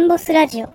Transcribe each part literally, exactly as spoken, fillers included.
ンボスラジオ。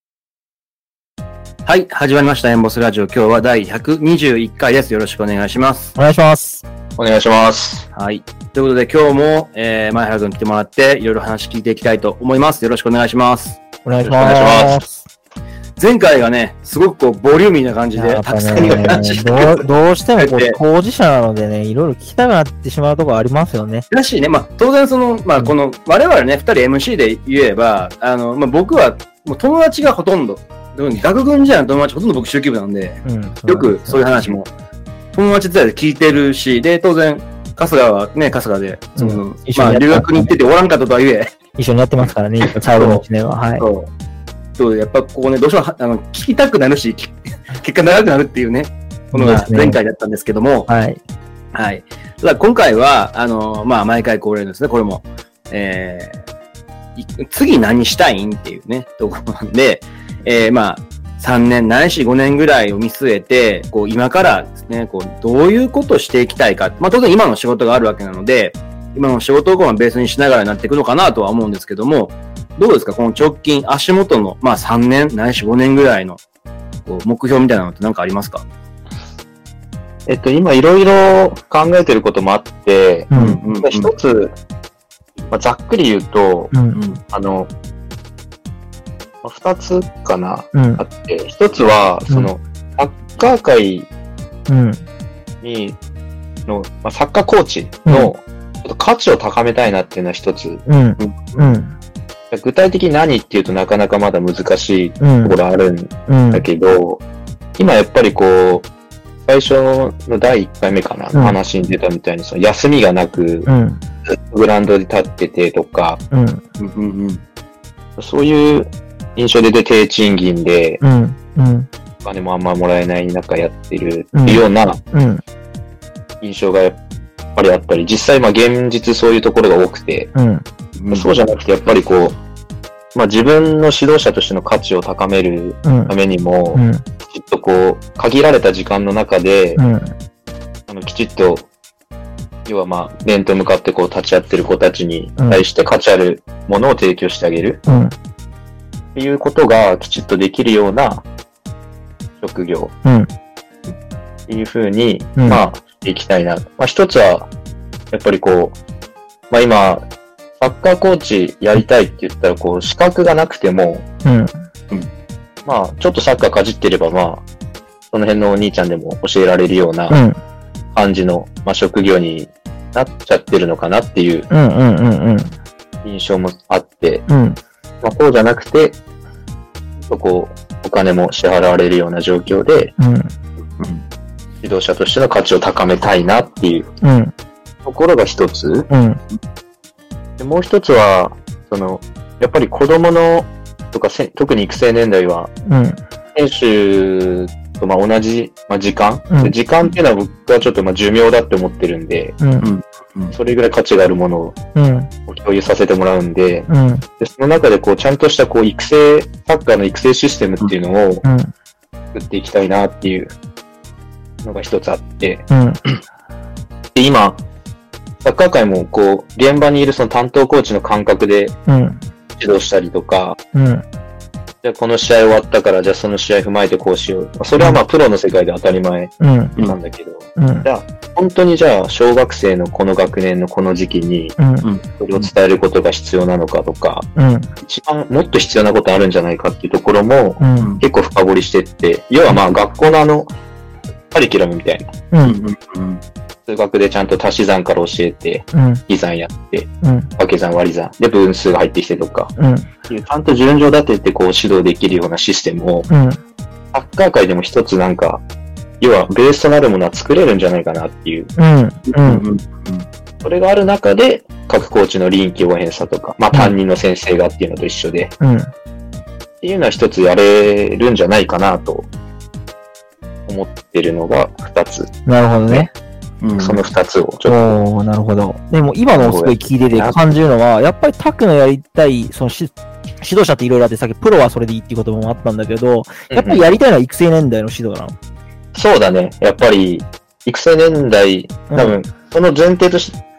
はい、始まりましたエンボスラジオ。今日はだいひゃくにじゅういっかいです。よろしくお願いします。 お願いします。 お願いします。 はい。ということで今日も、えー、前原くん来てもらっていろいろ話聞いていきたいと思います。よろしくお願いします。 お願いします。 前回がね、すごくこうボリューミーな感じで、たくさんの話どう、どうしてもこう当事者なのでね、いろいろ聞きたくなってしまうところありますよね。 らしいね。まあ当然その、まあこの、我々ね、二人 エムシー で言えば、あの、まあ僕はもう友達がほとんど、学軍時代の友達ほとんど僕集球部なんで、うん、よくそういう話も友達伝いで聞いてるし、で、当然、春日はね、春日で、その、うん、まあ留学に行ってておらんかったとはいえ、 一緒にやってますからね、最後のいちねんは。はい。 そうそう、やっぱここね、どうしてもあの聞きたくなるし、結果長くなるっていうね、このが前回だったんですけども、 はい。 はい。ただ今回は、あの、まあ毎回恒例ですね、これも、えー、次何したいんっていうね、ところなんで、えー、まあ、さんねんないしごねんぐらいを見据えて、こう、今からですね、こう、どういうことをしていきたいか。まあ、当然今の仕事があるわけなので、今の仕事をこうベースにしながらになっていくのかなとは思うんですけども、どうですかこの直近、足元の、まあ、さんねんないしごねんぐらいの、こう、目標みたいなのって何かありますか？ えっと、今いろいろ考えてることもあって、 うんうんうん、 一つ、まあ、ざっくり言うと、うんうん、あの、二つかな、うん、あって、一つは、その、サッカー界に、の、まあ、サッカーコーチの、ちょっと価値を高めたいなっていうのは一つ。 うんうん、 具体的に何っていうとなかなかまだ難しいところあるんだけど、うん、今やっぱりこう、最初のだいいっかいめかな、うん、話に出たみたいに、その休みがなく、うん、グラウンドで立っててとか、 うんうんうん、そういう印象でで低賃金で、 うんうん、 お金もあんまもらえない中やってるっていうような印象がやっぱりあったり、実際まあ現実そういうところが多くて、 うん、 そうじゃなくてやっぱりこう、まあ自分の指導者としての価値を高めるためにも、 うん、 きちっとこう、限られた時間の中で、 うん、 あのきちっと、要はまあ面と向かってこう立ち会ってる子たちに対して価値あるものを提供してあげる。 うんっていうことがきちっとできるような職業っていう風に、うん、まあしていきたいな。まあ一つはやっぱりこう、まあ今サッカーコーチやりたいって言ったらこう資格がなくても、 うんうん、 まあちょっとサッカーかじってればまあその辺のお兄ちゃんでも教えられるような感じの、まあ、職業になっちゃってるのかなっていう印象もあって。 うんうんまあ、こうじゃなくて、そこお金も支払われるような状況で、 うん、 指導者としての価値を高めたいなっていうところが一つ、 うん、 でもう一つはそのやっぱり子供のとかせ特に育成年代は、 うん、 選手とまあ同じ、まあ、時間、 うん、 時間っていうのは僕はちょっとまあ寿命だって思ってるんで、 うんうん、それぐらい価値があるものを共有させてもらうんで、 うん、 でその中でこうちゃんとしたこう育成、サッカーの育成システムっていうのを作っていきたいなっていうのが一つあって、 うん、 で今、サッカー界もこう現場にいるその担当コーチの感覚で指導したりとか、 うん、 じゃあこの試合終わったからじゃあその試合踏まえてこうしよう。それはまあプロの世界で当たり前なんだけど、 うん、 じゃあ本当にじゃあ小学生のこの学年のこの時期にそれを伝えることが必要なのかとか、 うん、 一番もっと必要なことあるんじゃないかっていうところも結構深掘りしてって、 うん、 要はまあ学校のあのカリキュラムみたいな、うん、 数学でちゃんと足し算から教えて、 うん、 引き算やって、 うん、 掛け算割り算で分数が入ってきてとか、 うん、 ちゃんと順序立ててこう指導できるようなシステムを、 うん、 サッカー界でも一つなんか要はベースとなるものは作れるんじゃないかなっていう、 うんうんうん、 それがある中で各コーチの臨機応変さとか、まあ担任の先生がっていうのと一緒で、 うん、 っていうのは一つやれるんじゃないかなと思ってるのが二つ。 なるほどね。 うん、その二つをちょっと。 おー、なるほど。でも今のすごい聞いてて感じるのは、やっぱりタクのやりたい、そのし指導者っていろいろあって、さっきプロはそれでいいっていうこともあったんだけど、やっぱりやりたいのは育成年代の指導なの？ そうだね。やっぱり育成年代、多分、その前提とし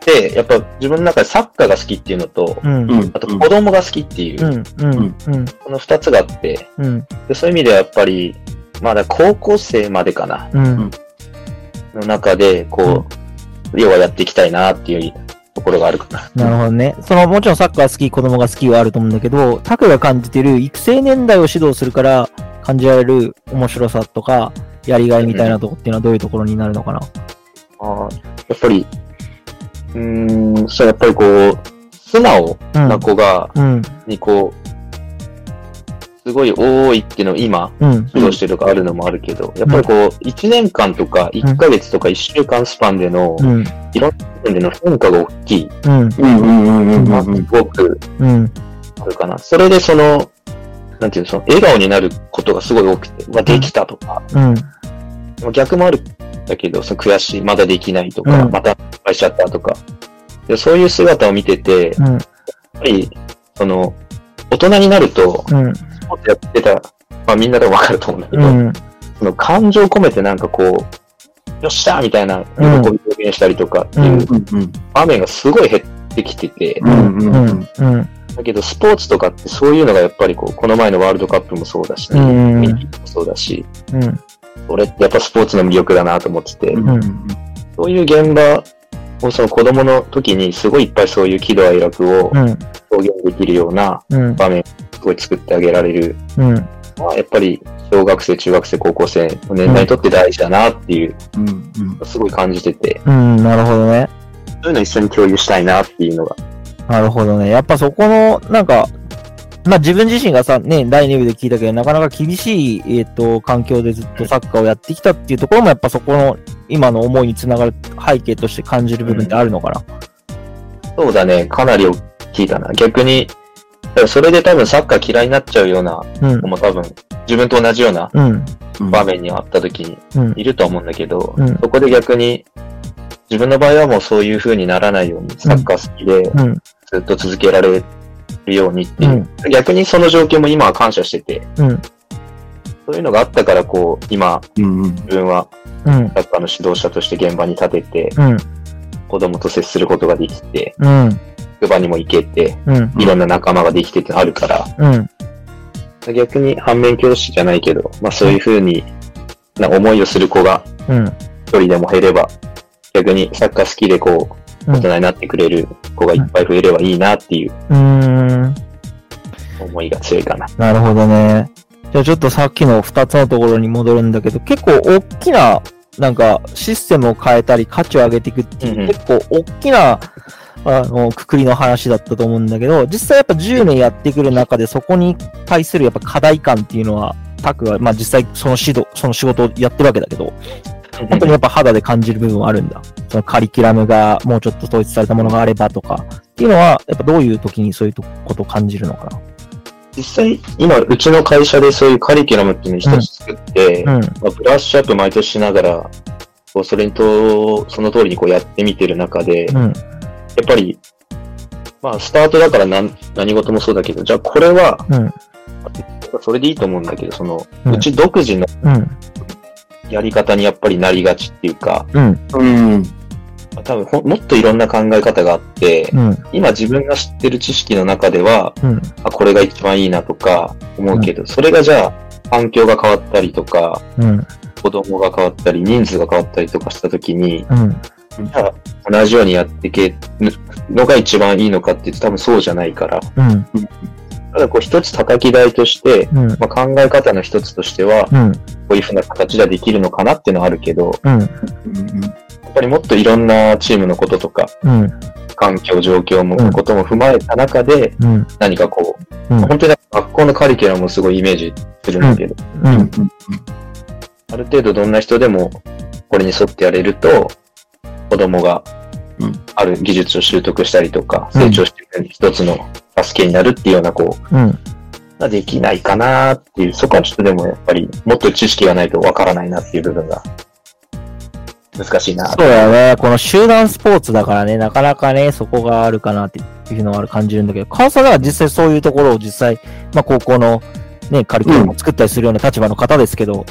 で、やっぱ自分の中でサッカーが好きっていうのと、 うん、 あと子供が好きっていう、 うんうんうん、 この二つがあって、 うん、 で、そういう意味ではやっぱり、まだ高校生までかな、 うん、 の中で、こう、要はやっていきたいなっていうところがあるかな。 なるほどね。その、もちろんサッカー好き、子供が好きはあると思うんだけど、タクが感じてる育成年代を指導するから感じられる面白さとか、やりがいみたいなとこっていうのはどういうところになるのかな。 うん、あやっぱり、うーん、そう、やっぱりこう、素直な子が、うん、にこう、すごい多いっていうのを今、指導してるとかあるのもあるけど、うん、やっぱりこう、いちねんかんとかいっかげつとかいっしゅうかんスパンでの、うん、いろんな部分での変化が大きい。うん。まあ、すごく、あるかな。それでその、なんていうの、その、笑顔になることがすごい多くて、まあ、できたとか、うん、逆もあるんだけど、その悔しい、まだできないとか、うん、また失敗しちゃったとか、でそういう姿を見てて、うん、やっぱり、その、大人になると、うん、スポーツやってた、まあみんなでもわかると思うんだけど、うん、その感情を込めてなんかこう、よっしゃーみたいな喜び表現したりとかっていう場面がすごい減ってきてて、だけどスポーツとかってそういうのがやっぱりこう、この前のワールドカップもそうだし、ね、うん、ミニもそうだし、うん、それってやっぱスポーツの魅力だなと思ってて、うん、そういう現場をその子供の時にすごいいっぱいそういう喜怒哀楽を表現できるような場面をすごい作ってあげられるのは、やっぱり小学生、中学生、高校生の年代にとって大事だなっていう、すごい感じてて、 うんうん、なるほどね。 そういうのを一緒に共有したいなっていうのが。 なるほどね。やっぱそこの、なんか、まあ自分自身がさ、ね、だいに部で聞いたけど、なかなか厳しい、えっと、環境でずっとサッカーをやってきたっていうところも、やっぱそこの、今の思いにつながる背景として感じる部分ってあるのかな、 うん、そうだね。かなり大きいかな。逆に、それで多分サッカー嫌いになっちゃうような子も多分、自分と同じような場面にあった時にいると思うんだけど、うんうん、そこで逆に、自分の場合はもうそういう風にならないように、サッカー好きで、ずっと続けられるようにっていう、うん、逆にその状況も今は感謝してて、うん、そういうのがあったからこう今、うんうん、自分はサッカーの指導者として現場に立てて、うん、子供と接することができて、うん、職場にも行けて、うん、いろんな仲間ができてってあるから、うん、逆に反面教師じゃないけど、まあそういう風にな思いをする子が一人でも減れば、逆にサッカー好きでこう大人になってくれる子がいっぱい増えればいいなっていう思いが強いかな。 なるほどね。じゃあちょっとさっきの二つのところに戻るんだけど、結構大きななんかシステムを変えたり価値を上げていくっていう、うんうん、結構大きなあのくくりの話だったと思うんだけど、実際やっぱじゅうねんやってくる中でそこに対するやっぱ課題感っていうのは、タクはまあ実際その指導、その仕事をやってるわけだけど、本当にやっぱ肌で感じる部分はあるんだ。そのカリキュラムがもうちょっと統一されたものがあればとかっていうのは、やっぱどういう時にそういうことを感じるのかな。 実際、今、うちの会社でそういうカリキュラムっていうのを一つ作って、うんうんまあ、ブラッシュアップ毎年しながら、こうそれと、その通りにこうやってみてる中で、うん、やっぱり、まあ、スタートだから何、何事もそうだけど、じゃあこれは、うん、それでいいと思うんだけど、その、うん、うち独自の、うんやり方にやっぱりなりがちっていうか、うん。うん、多分ほもっといろんな考え方があって、うん、今自分が知ってる知識の中では、うん、あ、これが一番いいなとか思うけど、うん、それがじゃあ環境が変わったりとか、うん、子供が変わったり、人数が変わったりとかしたときに、うん、じゃあ同じようにやっていけるのが一番いいのかって言うと多分そうじゃないから、うんただこう一つ叩き台として、うんまあ、考え方の一つとしては、うん、こういうふうな形ではできるのかなっていうのはあるけど、うん、やっぱりもっといろんなチームのこととか、うん、環境、状況のことも踏まえた中で、うん、何かこう、うん、本当に学校のカリキュラムもすごいイメージするんだけど、うんうん、ある程度どんな人でもこれに沿ってやれると、子供がある技術を習得したりとか、成長していく一つの助けになるっていうような、こう、うん、ができないかなっていう、そこはちょっとでもやっぱり、もっと知識がないとわからないなっていう部分が、難しいな。 そうだね。この集団スポーツだからね、なかなかね、そこがあるかなっていうのはある感じるんだけど、川沢は実際そういうところを実際、まあ高校のね、カリキュラムを作ったりするような立場の方ですけど、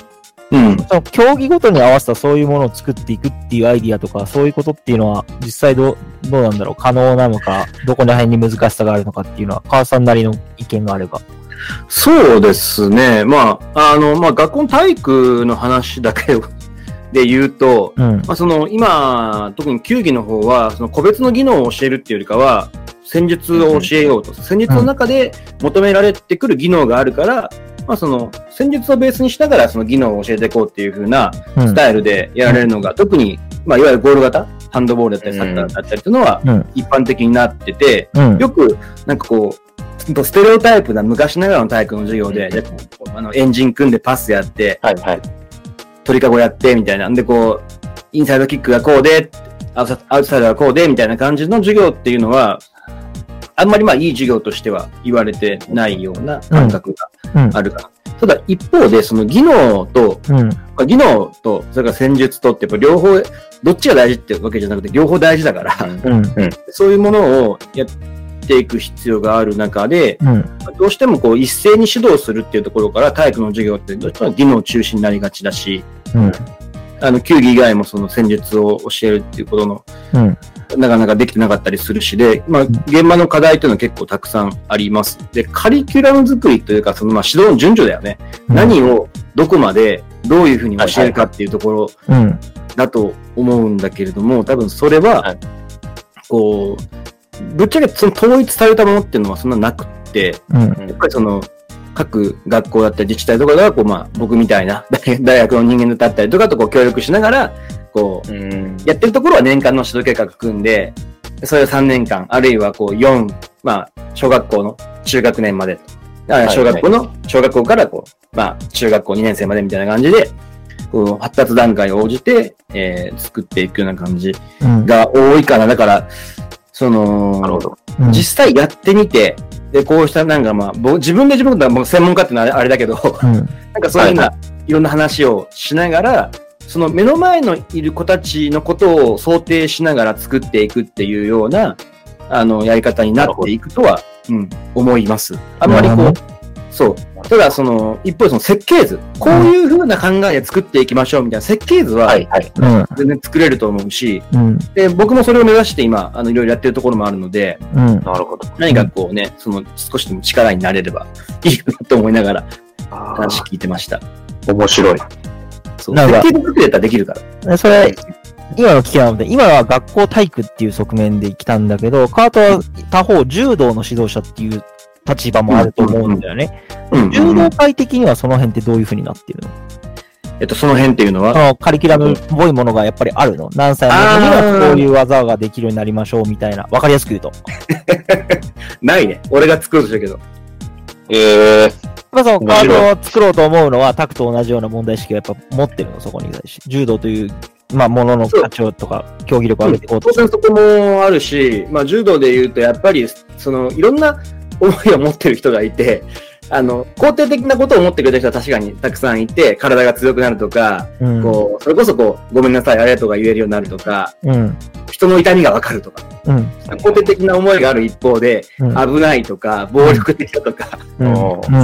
うん。 その競技ごとに合わせたそういうものを作っていくっていうアイディアとか、そういうことっていうのは、実際どう、どうなんだろう、可能なのか、どこら辺に難しさがあるのかっていうのは、川さんなりの意見があれば。 そうですね。まあ、あの、まあ、学校の体育の話だけで言うと、うん、まあ、その、今、特に球技の方は、その個別の技能を教えるっていうよりかは、戦術を教えようと。戦術の中で求められてくる技能があるから、まあその戦術をベースにしながらその技能を教えていこうっていう風なスタイルでやられるのが、うん、特に、まあいわゆるゴール型、ハンドボールだったりサッカーだったりというのは一般的になってて、うん、よくなんかこう、ステレオタイプな昔ながらの体育の授業で、うん、あのエンジン組んでパスやって、はいはい、鳥かごやってみたいな。んでこう、インサイドキックがこうで、アウトサイドがこうでみたいな感じの授業っていうのは、あんまりまあいい授業としては言われてないような感覚があるかな。うんうん、ただ一方でその技能と、うんまあ、技能とそれから戦術とってやっぱ両方、どっちが大事ってわけじゃなくて両方大事だから、うんうん、そういうものをやっていく必要がある中で、うん、どうしてもこう一斉に指導するっていうところから体育の授業ってどうしても技能中心になりがちだし、うん、あの球技以外もその戦術を教えるっていうことの、うんなかなかできてなかったりするしで、まあ、現場の課題というのは結構たくさんあります。で、カリキュラム作りというか、そのまあ指導の順序だよね。うん、何をどこまでどういうふうに教えるかっていうところだと思うんだけれども、多分それは、こう、ぶっちゃけその統一されたものっていうのはそんななくって、うん、やっぱりその、各学校だったり自治体とかが、こう、まあ、僕みたいな大学の人間だったりとかとこう協力しながら、こう、やってるところは年間の指導計画組んで、それをさんねんかん、あるいはこうよん、まあ、小学校の中学年まで、小学校の、小学校からこう、まあ、中学校にねん生までみたいな感じで、こう、発達段階を応じて、えー、作っていくような感じが多いかな。だから、その、なるほど。実際やってみて、で、こうしたなんかまあ、自分で自分の専門家ってのはあれだけど、うん、なんかそういうような、いろんな話をしながら、その目の前のいる子たちのことを想定しながら作っていくっていうような、あの、やり方になっていくとは、うん、思います。あんまりこう、そう。ただ、その、一方でその設計図、こういう風な考えで作っていきましょうみたいな設計図は、はいはい、全然作れると思うし、うん、で、僕もそれを目指して今、あの、いろいろやってるところもあるので、うん、なるほど。何かこうね、その、少しでも力になれればいいかなと思いながら、話聞いてました。 面白い。 そう。設計図作れたらできるから。 それ、今の聞きなので、今は学校体育っていう側面で来たんだけど、カートは他方、柔道の指導者っていう立場もあると思うんだよね。うんうんうん、柔道界的にはその辺ってどういう風になってるの？ えっと、その辺っていうのはそのカリキュラムっぽいものがやっぱりあるの？何歳の時にはこういう技ができるようになりましょうみたいな。わかりやすく言うと。 ないね。俺が作ろうとしたけど。 えー。まあそのカードを作ろうと思うのはタクと同じような問題意識をやっぱ持ってるの、そこに対して。柔道という、まあ、ものの価値とか、競技力を上げていこうと。 当然そこもあるし、まあ、柔道で言うと、やっぱり、その、いろんな思いを持ってる人がいて、あの、肯定的なことを思ってくれた人は確かにたくさんいて、体が強くなるとか、うん、こう、それこそこう、ごめんなさい、ありがとうが言えるようになるとか、うん、人の痛みがわかるとか、うん、肯定的な思いがある一方で、うん、危ないとか、暴力的だとか、うん、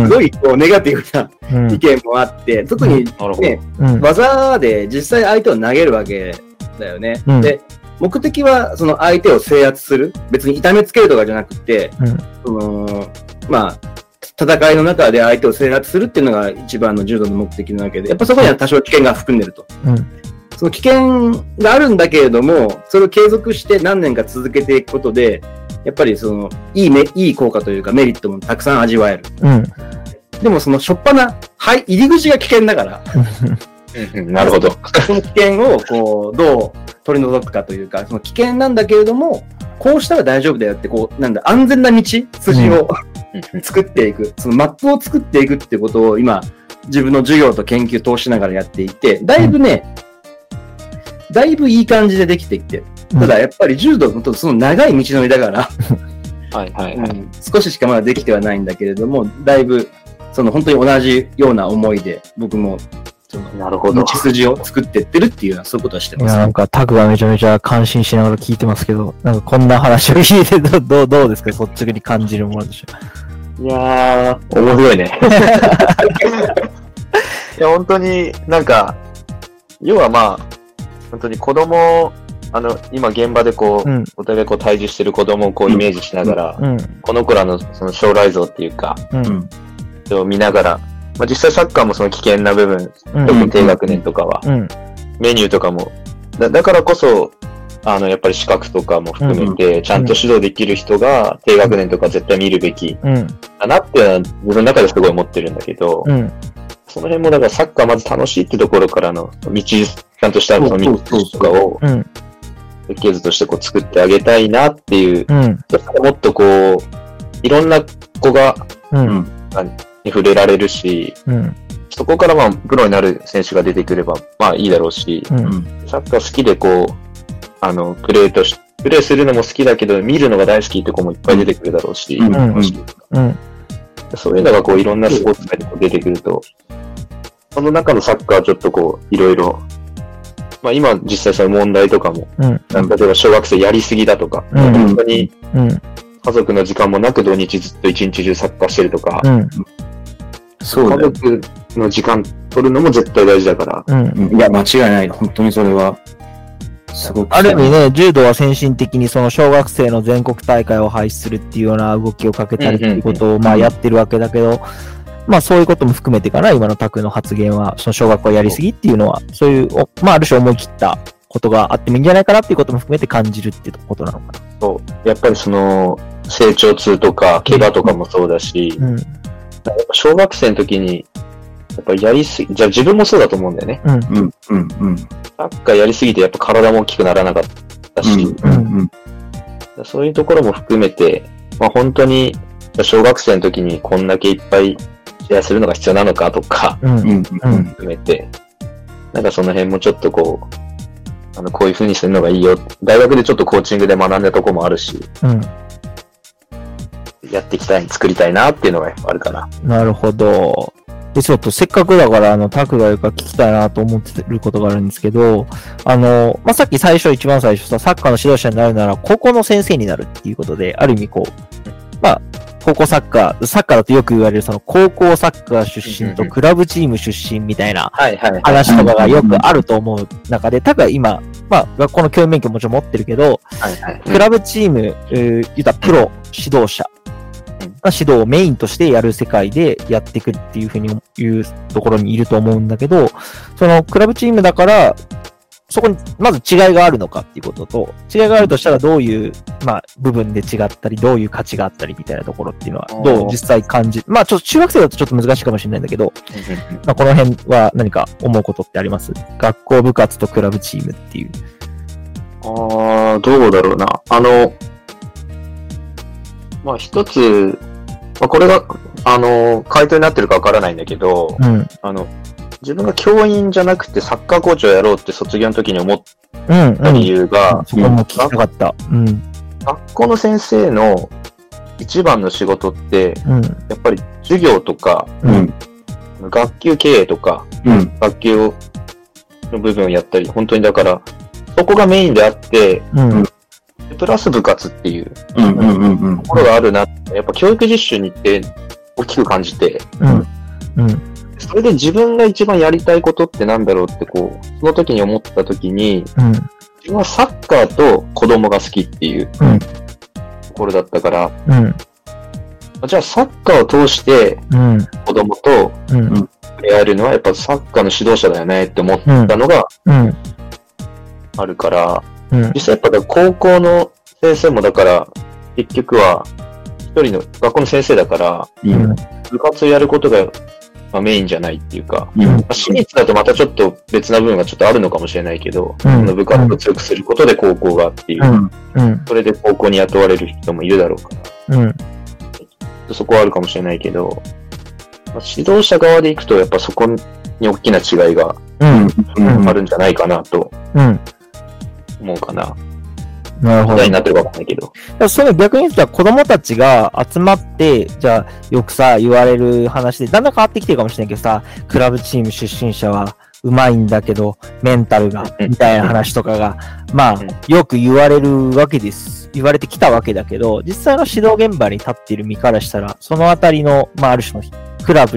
すごいこう、ネガティブな意見もあって、特にね、うん、技で実際相手を投げるわけだよね。うん、で、目的はその相手を制圧する。別に痛めつけるとかじゃなくて、うん、そのまあ、戦いの中で相手を制圧するっていうのが一番の柔道の目的なわけで、やっぱそこには多少危険が含んでると。うん、その危険があるんだけれども、それを継続して何年か続けていくことで、やっぱりその、いいめ、いい効果というかメリットもたくさん味わえる。うん、でもその、しょっぱな、はい、入り口が危険だから。 なるほど。 その危険を、こう、どう取り除くかというか、その危険なんだけれども、こうしたら大丈夫だよって、こう、なんだ、安全な道、筋を、うん、作っていく。そのマップを作っていくってことを今、自分の授業と研究通しながらやっていて、だいぶね、うん、だいぶいい感じでできてきて、ただやっぱり柔道のその長い道のりだから、はいはいはい、うん、少ししかまだできてはないんだけれども、だいぶ、その本当に同じような思いで、僕も、なるほど。道筋を作ってってるっていうのはそういうことはしてます、ね。 いや、なんかタクがめちゃめちゃ感心しながら聞いてますけど、なんかこんな話を聞いてどどうどうですか、率直に感じるものでしょう。 いやー、面白いね。 いや、本当になんか、要はまあ、本当に子供、あの、今現場でこう、うん、お互いこう対峙してる子供をこうイメージしながら、うん、この子らのその将来像っていうか、うん、それを見ながら、まあ、実際サッカーもその危険な部分、特に低学年とかは、うん、メニューとかもだ、だからこそ、あの、やっぱり資格とかも含めて、ちゃんと指導できる人が低学年とか絶対見るべきだなっていうのは自分の中ですごい思ってるんだけど、うん、その辺もだからサッカーまず楽しいってところからの道、ちゃんとしたその道とかを、設計図としてこう作ってあげたいなっていう、うん、もっとこう、いろんな子が、うん、に触れられるし、うん、そこからまあプロになる選手が出てくればまあいいだろうし、うん、サッカー好きでこう、あの、プレーとし、プレーするのも好きだけど、見るのが大好きって子もいっぱい出てくるだろうし、うんうんうん、そういうのがこういろんなスポーツ界で出てくると、その中のサッカーはちょっとこう、いろいろ、まあ今実際その問題とかも、うん、例えば小学生やりすぎだとか、うん、本当に家族の時間もなく土日ずっと一日中サッカーしてるとか、うん、そうだよ。家族の時間取るのも絶対大事だから。 うん、いや、間違いない。本当にそれは。すごく。 ある意味ね、柔道は先進的にその小学生の全国大会を廃止するっていうような動きをかけたりっていうことをまあやってるわけだけど、まあそういうことも含めてかな、今のタクの発言は、その小学校やりすぎっていうのは、そういう、まあある種思い切ったことがあってもいいんじゃないかなっていうことも含めて感じるっていうことなのかな。 そう。やっぱりその、成長痛とか、怪我とかもそうだし、うん、やっぱ小学生の時に、やっぱやりすぎ、じゃあ自分もそうだと思うんだよね。うん、うん、うん、うん。サッカーやりすぎてやっぱ体も大きくならなかったし、うん、うんうん、そういうところも含めて、まあ本当に、小学生の時にこんだけいっぱい試合するのが必要なのかとか、うん、うん、含めて、なんかその辺もちょっとこう、あの、こういう風にするのがいいよ。大学でちょっとコーチングで学んだところもあるし、うん、やっていきたい、作りたいなっていうのがあるかな。 なるほど。で、ちょっとせっかくだから、あの、タクが言うか聞きたいなと思ってることがあるんですけど、あの、まあ、さっき最初、一番最初さ、サッカーの指導者になるなら、高校の先生になるっていうことで、ある意味こう、まあ、高校サッカー、サッカーだとよく言われる、その、高校サッカー出身とクラブチーム出身みたいな話とかがよくあると思う中で、タクは今、まあ、学校の教員免許もちろん持ってるけど、クラブチーム、言ったらプロ指導者、指導をメインとしてやる世界でやっていくっていうふうに言うところにいると思うんだけど、そのクラブチームだから、そこにまず違いがあるのかっていうことと、違いがあるとしたらどういう、まあ、部分で違ったり、どういう価値があったりみたいなところっていうのは、どう実際感じ、まあ、ちょっと中学生だとちょっと難しいかもしれないんだけど、まあ、この辺は何か思うことってあります？学校部活とクラブチームっていう。 ああ、どうだろうな。あの、まあ一つ、まあ、これが、あの、回答になってるかわからないんだけど、うん、あの、自分が教員じゃなくてサッカーコーチをやろうって卒業の時に思った理由が、うんうん、 そこも聞きたかった。うん、 学校の先生の一番の仕事って、うん、やっぱり授業とか、うん、学級経営とか、うん、学級をの部分をやったり、本当にだから、そこがメインであって、うんプラス部活っていうところがあるなって、やっぱ教育実習に行って大きく感じて、うんうん、それで自分が一番やりたいことってなんだろうってこう、その時に思った時に、うん、自分はサッカーと子供が好きっていうところだったから、うん、じゃあサッカーを通して子供と触れ合えるのはやっぱサッカーの指導者だよねって思ったのがあるから、うん、実際やっぱ高校の先生もだから結局は一人の学校の先生だから、うん、部活をやることが、まあ、メインじゃないっていうか、うんまあ、私立だとまたちょっと別な部分がちょっとあるのかもしれないけど、うん、その部活を強くすることで高校がっていう、うん、それで高校に雇われる人もいるだろうから、うん、そこはあるかもしれないけど、まあ、指導者側で行くとやっぱそこに大きな違いがあるんじゃないかなと。うんうん思うかな。 なるほど。 答えになってるかわかんないけど。 それ逆に言ったら子供たちが集まって、じゃあよくさ、言われる話で、だんだん変わってきてるかもしれないけどさ、クラブチーム出身者は上手いんだけど、メンタルが、みたいな話とかが、まあ、よく言われるわけです。言われてきたわけだけど、実際の指導現場に立っている身からしたら、そのあたりの、まあある種のクラブ、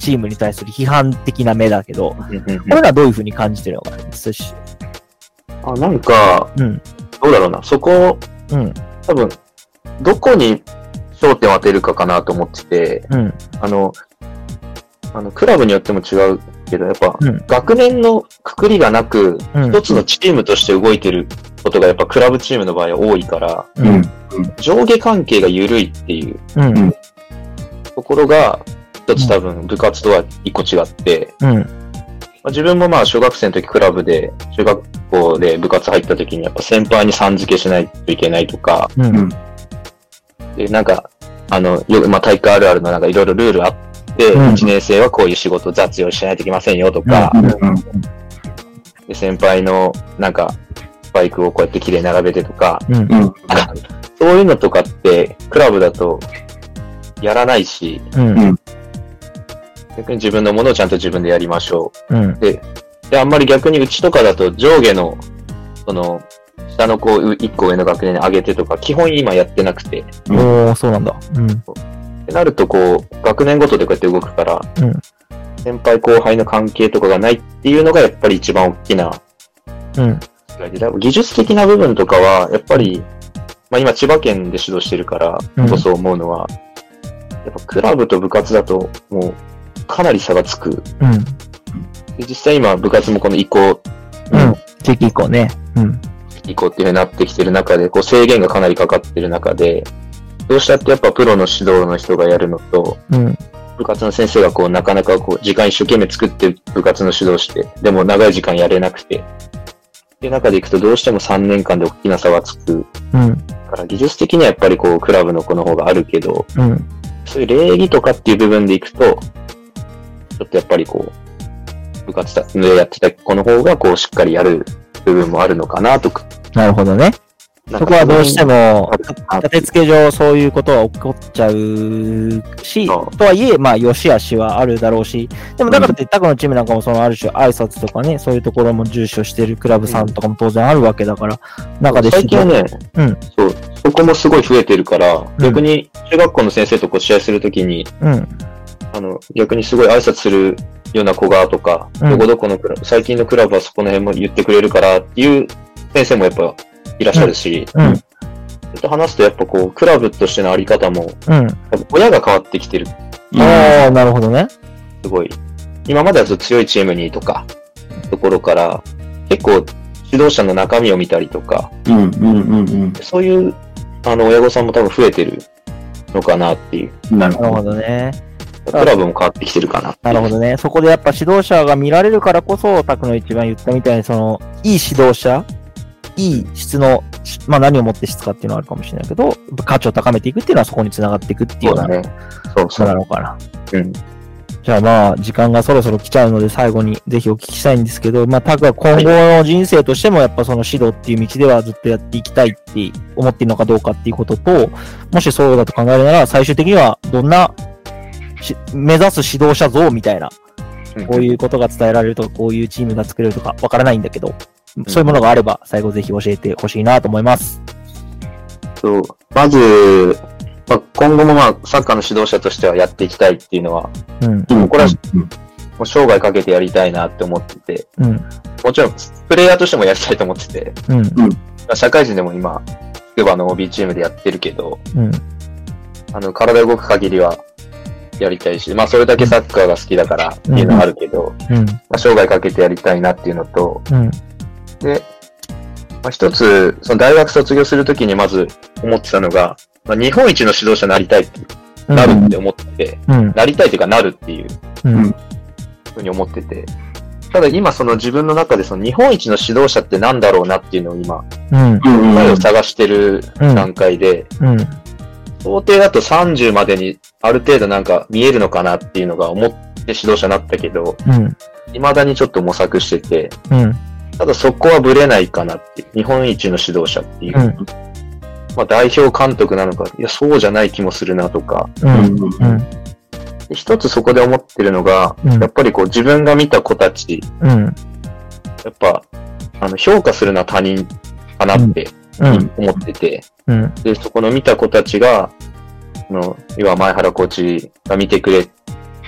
チームに対する批判的な目だけど、これはどういうふうに感じてるのかな、 あ、なんか、うん、どうだろうな、そこ、うん、多分、どこに焦点を当てるかかなと思ってて、うん、あの、あの、クラブによっても違うけど、やっぱ、うん、学年のくくりがなく、うん、一つのチームとして動いてることがやっぱクラブチームの場合は多いから、うん、上下関係が緩いっていう、うん、ところが、一つ多分部活とは一個違って、うんまあ、自分もまあ小学生の時クラブで、中学校で部活入った時にやっぱ先輩にさん付けしないといけないとか、うん、で、なんか、あの、よまあ、体育あるあるのなんかいろいろルールあって、うん、いちねん生はこういう仕事雑用しないといけませんよとか、うん、で先輩のなんか、スパイクをこうやって綺麗に並べてとか、うん、そういうのとかってクラブだとやらないし、うん逆に自分のものをちゃんと自分でやりましょう。うん、でで、あんまり逆にうちとかだと上下の、その、下の子を一個上の学年に上げてとか、基本今やってなくて。 おー、そうなんだ。うん。 ってなると、こう、学年ごとでこうやって動くから、うん、先輩後輩の関係とかがないっていうのがやっぱり一番大きな。うん。技術的な部分とかは、やっぱり、まあ今千葉県で指導してるからこそ思うのは、うん、やっぱクラブと部活だと、もう、かなり差がつく。うん。で実際今部活もこの移行。 うん。地域移行ね。うん。 移行っていう風になってきてる中で、こう制限がかなりかかってる中で、どうしたってやっぱプロの指導の人がやるのと、うん、部活の先生がこうなかなかこう時間一生懸命作って部活の指導して、でも長い時間やれなくて、っていう中でいくとどうしてもさんねんかんで大きな差がつく。うん。だから技術的にはやっぱりこうクラブの子の方があるけど、うん、そういう礼儀とかっていう部分でいくと、ちょっとやっぱりこう、部活でやってた子の方がこうしっかりやる部分もあるのかなとか。 なるほどね。そこはどうしても、立て付け上そういうことは起こっちゃうし、とはいえ、まあ、良し悪しはあるだろうし、でもだからって、他のチームなんかもそのある種挨拶とかね、そういうところも重視してるクラブさんとかも当然あるわけだから、中で最近はね、うん、そう、そこもすごい増えてるから、逆に中学校の先生とこう試合するときに、うんあの、逆にすごい挨拶するような子がとか、うん、どこどこのクラブ、最近のクラブはそこの辺も言ってくれるからっていう先生もやっぱいらっしゃるし、うんうん、と話すとやっぱこう、クラブとしてのあり方も、うん、親が変わってきてる。 ああ、なるほどね。 すごい。今まではずっと強いチームにとか、ところから、結構指導者の中身を見たりとか、うんうんうんうん、そういう、あの、親御さんも多分増えてるのかなっていう。 なるほどね。 クラブも変わってきてるかな。 なるほどね。そこでやっぱ指導者が見られるからこそ、タクの一番言ったみたいに、その、いい指導者、いい質の、まあ何をもって質かっていうのはあるかもしれないけど、価値を高めていくっていうのはそこに繋がっていくっていうような、ね、そうそうなのかな。うん。じゃあまあ、時間がそろそろ来ちゃうので最後にぜひお聞きしたいんですけど、まあタクは今後の人生としてもやっぱその指導っていう道ではずっとやっていきたいって思っているのかどうかっていうことと、もしそうだと考えるなら最終的にはどんな目指す指導者像みたいな、こういうことが伝えられるとか、こういうチームが作れるとかわからないんだけど、そういうものがあれば最後ぜひ教えてほしいなと思います。 そう、まず、まあ、今後もまあサッカーの指導者としてはやっていきたいっていうのは、うん、もうこれは、うん、もう生涯かけてやりたいなって思ってて、うん、もちろんプレイヤーとしてもやりたいと思ってて、うん、社会人でも今スクバの オービー チームでやってるけど、うん、あの体動く限りはやりたいし、まあそれだけサッカーが好きだからっていうのはあるけど、うんうんまあ、生涯かけてやりたいなっていうのと、うん、で、まあ、一つその大学卒業するときにまず思ってたのが、まあ、日本一の指導者になりたいってなるって思ってて、うん、なりたいというかなるっていう、うん、ふうに思ってて、ただ今その自分の中でその日本一の指導者ってなんだろうなっていうのを今、うん、答えを探してる段階で、うんうん、想定だとさんじゅうまでにある程度なんか見えるのかなっていうのが思って指導者になったけど、うん、未だにちょっと模索してて、うん、ただそこはブレないかなって、日本一の指導者っていう、うん、まあ代表監督なのか、いやそうじゃない気もするなとか、うんうん、で一つそこで思ってるのが、うん、やっぱりこう自分が見た子たち、うん、やっぱあの評価するのは他人かなって思ってて、うんうん、でそこの見た子たちが、の要は前原コーチが見てくれ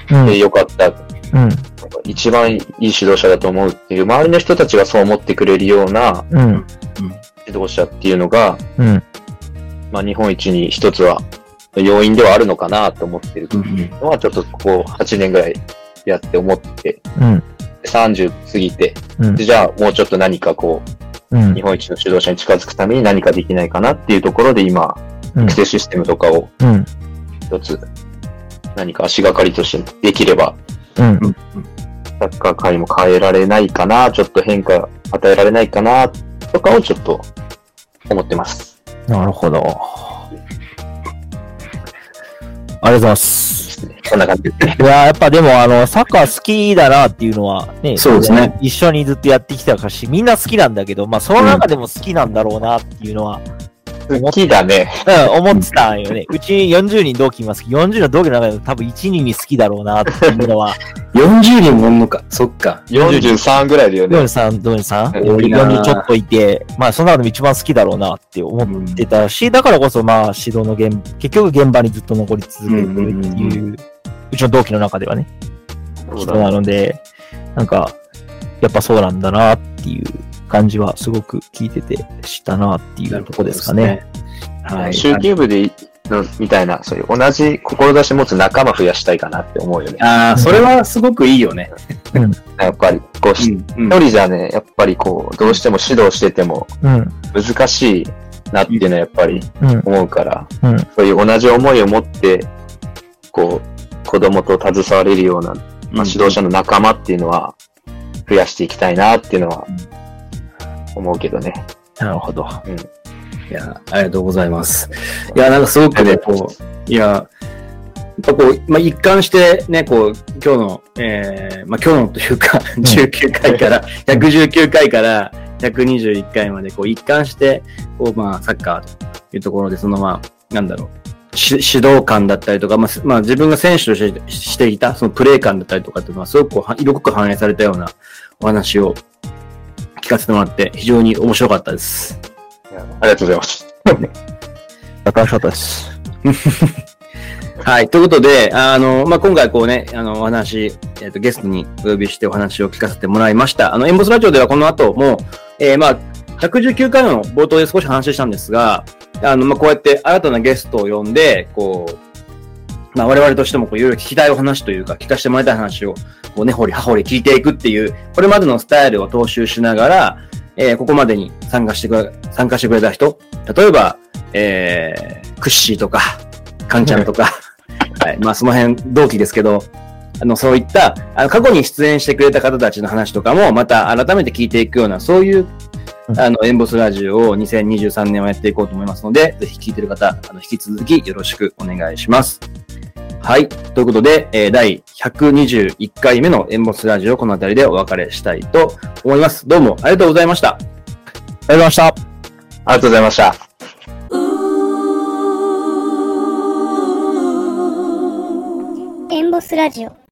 でよかった。うん、一番いい指導者だと思うっていう、周りの人たちがそう思ってくれるような指導者っていうのが、うん、まあ日本一に一つは要因ではあるのかなと思ってるのは、ちょっとここはちねんぐらいやって思って、うん、さんじゅう過ぎて、うん、じゃあもうちょっと何かこう、うん、日本一の指導者に近づくために何かできないかなっていうところで今、育成システムとかを一つ何か足がかりとしてできれば、うん、サッカー界も変えられないかな、ちょっと変化与えられないかなとかをちょっと思ってます。 なるほど。ありがとうございます。 こんな感じですね。 いや、やっぱでもあの、サッカー好きだなっていうのはね、 そうですね。 一緒にずっとやってきたからし、みんな好きなんだけど、まあその中でも好きなんだろうなっていうのは、 好きだね。 うん、思ってたんよね。うちよんじゅうにん同期いますけど、よんじゅうにんの同期の中でも多分いちにんに好きだろうなっていうのは。 よんじゅうにんもおんのか。そっか。 よんじゅうさんぐらいだよね。 よんじゅうさん、よんじゅうさん? よんじゅうちょっといて、まあその中でも一番好きだろうなって思ってたし、だからこそまあ指導の現、結局現場にずっと残り続けてるっていう、うんうんうん、うちの同期の中ではね、人なので、なんか、やっぱそうなんだなっていう感じはすごく聞いててしたなっていうところですかね。 はい。中級部でのみたいな、そういう同じ志持つ仲間増やしたいかなって思うよね。 ああ、それはすごくいいよね。 うん、やっぱり、こう、一、うん、人じゃね、やっぱりこう、どうしても指導してても、難しいなっていうのはやっぱり思うから、うんうん、そういう同じ思いを持って、こう、子供と携われるような、まあ、指導者の仲間っていうのは、増やしていきたいなっていうのは、思うけどね。 なるほど。 うん、いや、ありがとうございます。いや、なんかすごくね、こう、いや、やっぱこう、まあ、一貫してね、こう、今日の、えー、まあ、今日のというか、じゅうきゅうかいから、ひゃくじゅうきゅうかいからひゃくにじゅういっかいまで、こう、一貫して、こう、まあ、サッカーというところで、その、まあ、なんだろう、指導感だったりとか、まあ、まあ、自分が選手としてしていた、そのプレー感だったりとかっていうのは、すごくこう、色濃く反映されたようなお話を聞かせてもらって、非常に面白かったです。 いや、ありがとうございます。 楽しかったです。 はい。ということで、あの、まあ、今回こうね、あの、お話、えっと、ゲストにお呼びしてお話を聞かせてもらいました。あの、エンボスラジオではこの後も、えー、まあ、ひゃくじゅうきゅうかいの冒頭で少し話したんですが、あの、まあ、こうやって新たなゲストを呼んで、こう、まあ、我々としてもこういろいろ聞きたいお話というか、聞かせてもらいたい話を、こうね、掘り葉掘り聞いていくっていう、これまでのスタイルを踏襲しながら、えー、ここまでに参加してくれ、参加してくれた人、例えば、えー、クッシーとか、カンちゃんとか、はい、まあその辺同期ですけど、あの、そういった、あの、過去に出演してくれた方たちの話とかも、また改めて聞いていくような、そういう、あの、エンボスラジオをにせんにじゅうさんねんはやっていこうと思いますので、ぜひ聞いている方、あの、引き続きよろしくお願いします。はい。ということで、えー、だいひゃくにじゅういっかいめのエンボスラジオ、このあたりでお別れしたいと思います。どうもありがとうございました。 ありがとうございました。 ありがとうございました。 エンボスラジオ。